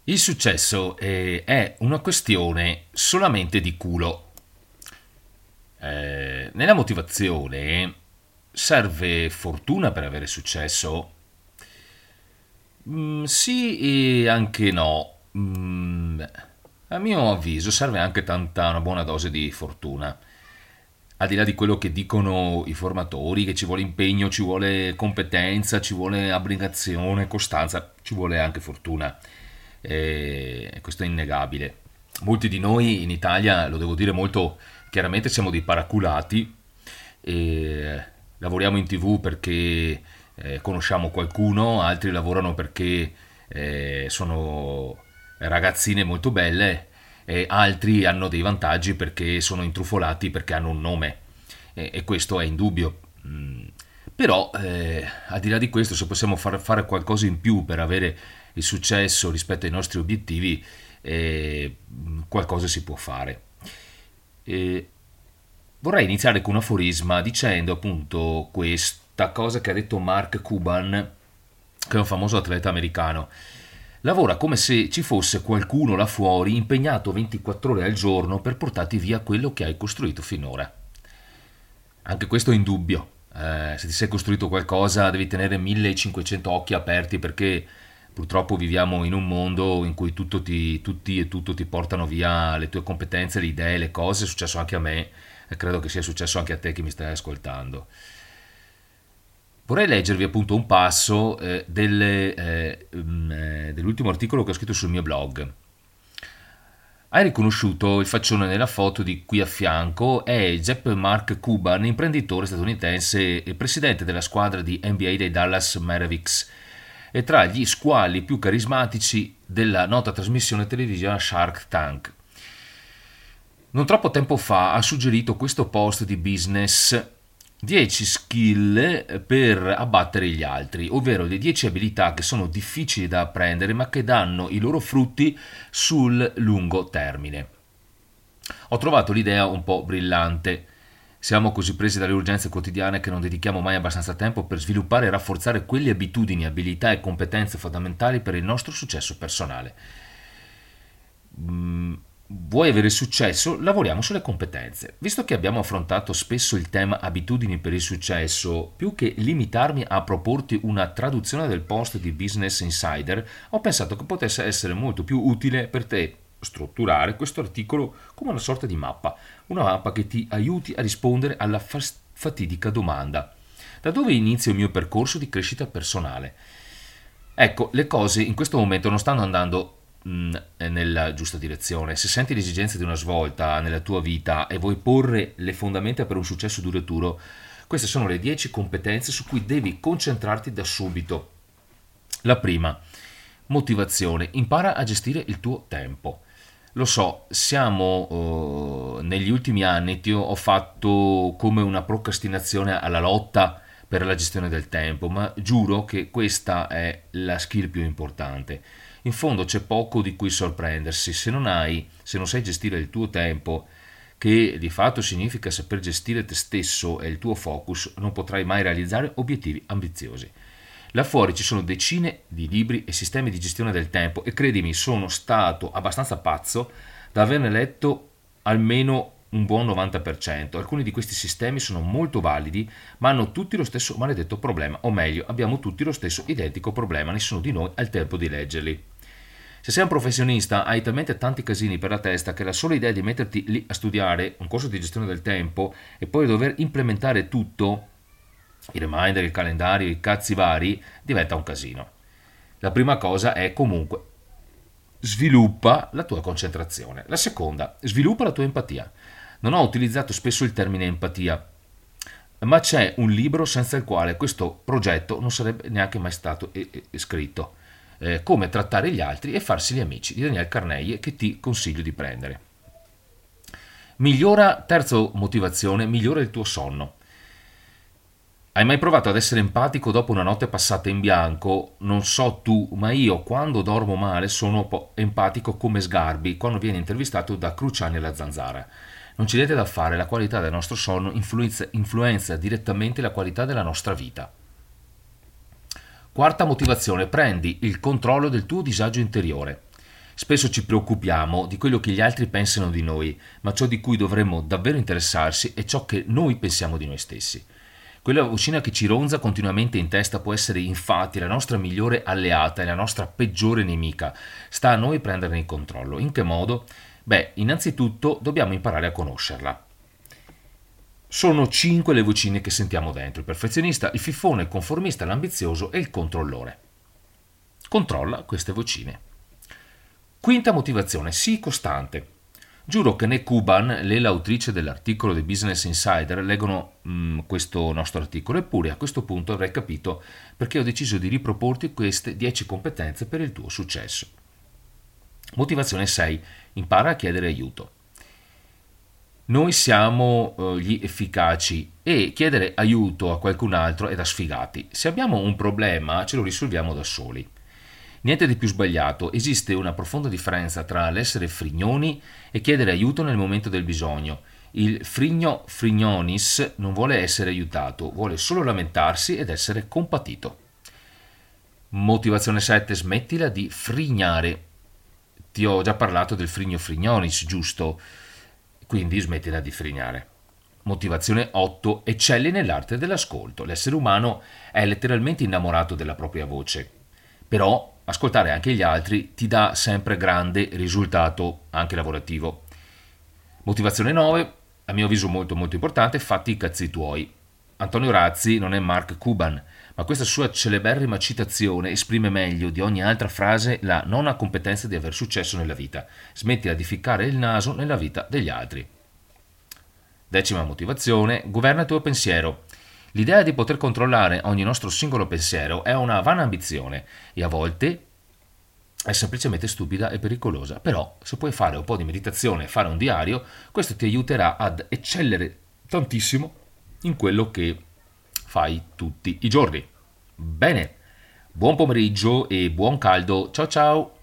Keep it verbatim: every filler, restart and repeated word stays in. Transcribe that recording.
Il successo eh, è una questione solamente di culo. Eh, nella motivazione serve fortuna per avere successo? Mm, sì e anche no. Mm, a mio avviso serve anche tanta una buona dose di fortuna. Al di là di quello che dicono i formatori, che ci vuole impegno, ci vuole competenza, ci vuole abnegazione, costanza, ci vuole anche fortuna. E questo è innegabile. Molti di noi in Italia, lo devo dire molto chiaramente, siamo dei paraculati e lavoriamo in tv perché eh, conosciamo qualcuno, altri lavorano perché eh, sono ragazzine molto belle e altri hanno dei vantaggi perché sono intrufolati perché hanno un nome e, e questo è indubbio. Mm. Però eh, al di là di questo, se possiamo far, fare qualcosa in più per avere il successo rispetto ai nostri obiettivi, eh, qualcosa si può fare. E vorrei iniziare con un aforisma dicendo appunto questa cosa che ha detto Mark Cuban, che è un famoso atleta americano. Lavora come se ci fosse qualcuno là fuori impegnato ventiquattro ore al giorno per portarti via quello che hai costruito finora. Anche questo è indubbio. Eh, se ti sei costruito qualcosa devi tenere millecinquecento occhi aperti perché purtroppo viviamo in un mondo in cui tutto ti- tutti e tutto ti portano via le tue competenze, le idee, le cose. È successo anche a me e credo che sia successo anche a te che mi stai ascoltando. Vorrei leggervi appunto un passo eh, delle, eh, mm, eh, dell'ultimo articolo che ho scritto sul mio blog. Hai riconosciuto il faccione nella foto di qui a fianco? È Jeff Mark Cuban, imprenditore statunitense e presidente della squadra di N B A dei Dallas Mavericks e tra gli squali più carismatici della nota trasmissione televisiva Shark Tank. Non troppo tempo fa ha suggerito questo post di business: dieci skill per abbattere gli altri, ovvero le dieci abilità che sono difficili da apprendere ma che danno i loro frutti sul lungo termine. Ho trovato l'idea un po' brillante. Siamo così presi dalle urgenze quotidiane che non dedichiamo mai abbastanza tempo per sviluppare e rafforzare quelle abitudini, abilità e competenze fondamentali per il nostro successo personale. Mm, vuoi avere successo? Lavoriamo sulle competenze. Visto che abbiamo affrontato spesso il tema abitudini per il successo, più che limitarmi a proporti una traduzione del post di Business Insider, ho pensato che potesse essere molto più utile per te strutturare questo articolo come una sorta di mappa, una mappa che ti aiuti a rispondere alla fas- fatidica domanda: da dove inizio il mio percorso di crescita personale? Ecco, le cose in questo momento non stanno andando mh, nella giusta direzione. Se senti l'esigenza di una svolta nella tua vita e vuoi porre le fondamenta per un successo duraturo, queste sono le dieci competenze su cui devi concentrarti da subito. La prima, motivazione. Impara a gestire il tuo tempo. Lo so, siamo eh, negli ultimi anni, io ho fatto come una procrastinazione alla lotta per la gestione del tempo, ma giuro che questa è la skill più importante. In fondo c'è poco di cui sorprendersi, se non hai, se non sai gestire il tuo tempo, che di fatto significa saper gestire te stesso e il tuo focus, non potrai mai realizzare obiettivi ambiziosi. Là fuori ci sono decine di libri e sistemi di gestione del tempo e credimi, sono stato abbastanza pazzo da averne letto almeno un buon novanta per cento. Alcuni di questi sistemi sono molto validi, ma hanno tutti lo stesso maledetto problema, o meglio, abbiamo tutti lo stesso identico problema, nessuno di noi ha il tempo di leggerli. Se sei un professionista hai talmente tanti casini per la testa che la sola idea di metterti lì a studiare un corso di gestione del tempo e poi dover implementare tutto, i reminder, il calendario, i cazzi vari, diventa un casino. La prima cosa è comunque sviluppa la tua concentrazione. La seconda, sviluppa la tua empatia. Non ho utilizzato spesso il termine empatia, ma c'è un libro senza il quale questo progetto non sarebbe neanche mai stato eh, eh, scritto. Eh, come trattare gli altri e farsi gli amici di Daniel Carnegie, che ti consiglio di prendere. Migliora, terzo motivazione, migliora il tuo sonno. Hai mai provato ad essere empatico dopo una notte passata in bianco? Non so tu, ma io quando dormo male sono un po' empatico come Sgarbi quando viene intervistato da Cruciani alla Zanzara. Non c'è niente da fare, la qualità del nostro sonno influenza, influenza direttamente la qualità della nostra vita. Quarta motivazione, prendi il controllo del tuo disagio interiore. Spesso ci preoccupiamo di quello che gli altri pensano di noi, ma ciò di cui dovremmo davvero interessarsi è ciò che noi pensiamo di noi stessi. Quella vocina che ci ronza continuamente in testa può essere infatti la nostra migliore alleata e la nostra peggiore nemica. Sta a noi prenderne il controllo. In che modo? Beh, innanzitutto dobbiamo imparare a conoscerla. Sono cinque le vocine che sentiamo dentro: il perfezionista, il fifone, il conformista, l'ambizioso e il controllore. Controlla queste vocine. Quinta motivazione: sii costante. Giuro che né Kuban né l'autrice dell'articolo di Business Insider leggono mm, questo nostro articolo, eppure a questo punto avrai capito perché ho deciso di riproporti queste dieci competenze per il tuo successo. Motivazione sei: impara a chiedere aiuto. Noi siamo eh, gli efficaci e chiedere aiuto a qualcun altro è da sfigati. Se abbiamo un problema ce lo risolviamo da soli. Niente di più sbagliato, esiste una profonda differenza tra l'essere frignoni e chiedere aiuto nel momento del bisogno. Il frigno frignonis non vuole essere aiutato, vuole solo lamentarsi ed essere compatito. Motivazione sette: smettila di frignare. Ti ho già parlato del frigno frignonis, giusto? Quindi smettila di frignare. Motivazione otto: eccelli nell'arte dell'ascolto. L'essere umano è letteralmente innamorato della propria voce. Però ascoltare anche gli altri ti dà sempre grande risultato anche lavorativo. Motivazione nove, a mio avviso molto molto importante: fatti i cazzi tuoi. Antonio Razzi non è Mark Cuban, ma questa sua celeberrima citazione esprime meglio di ogni altra frase la nona competenza di aver successo nella vita: smettila di ficcare il naso nella vita degli altri. Decima motivazione: governa il tuo pensiero. L'idea di poter controllare ogni nostro singolo pensiero è una vana ambizione e a volte è semplicemente stupida e pericolosa. Però, se puoi fare un po' di meditazione e fare un diario, questo ti aiuterà ad eccellere tantissimo in quello che fai tutti i giorni. Bene, buon pomeriggio e buon caldo. Ciao ciao!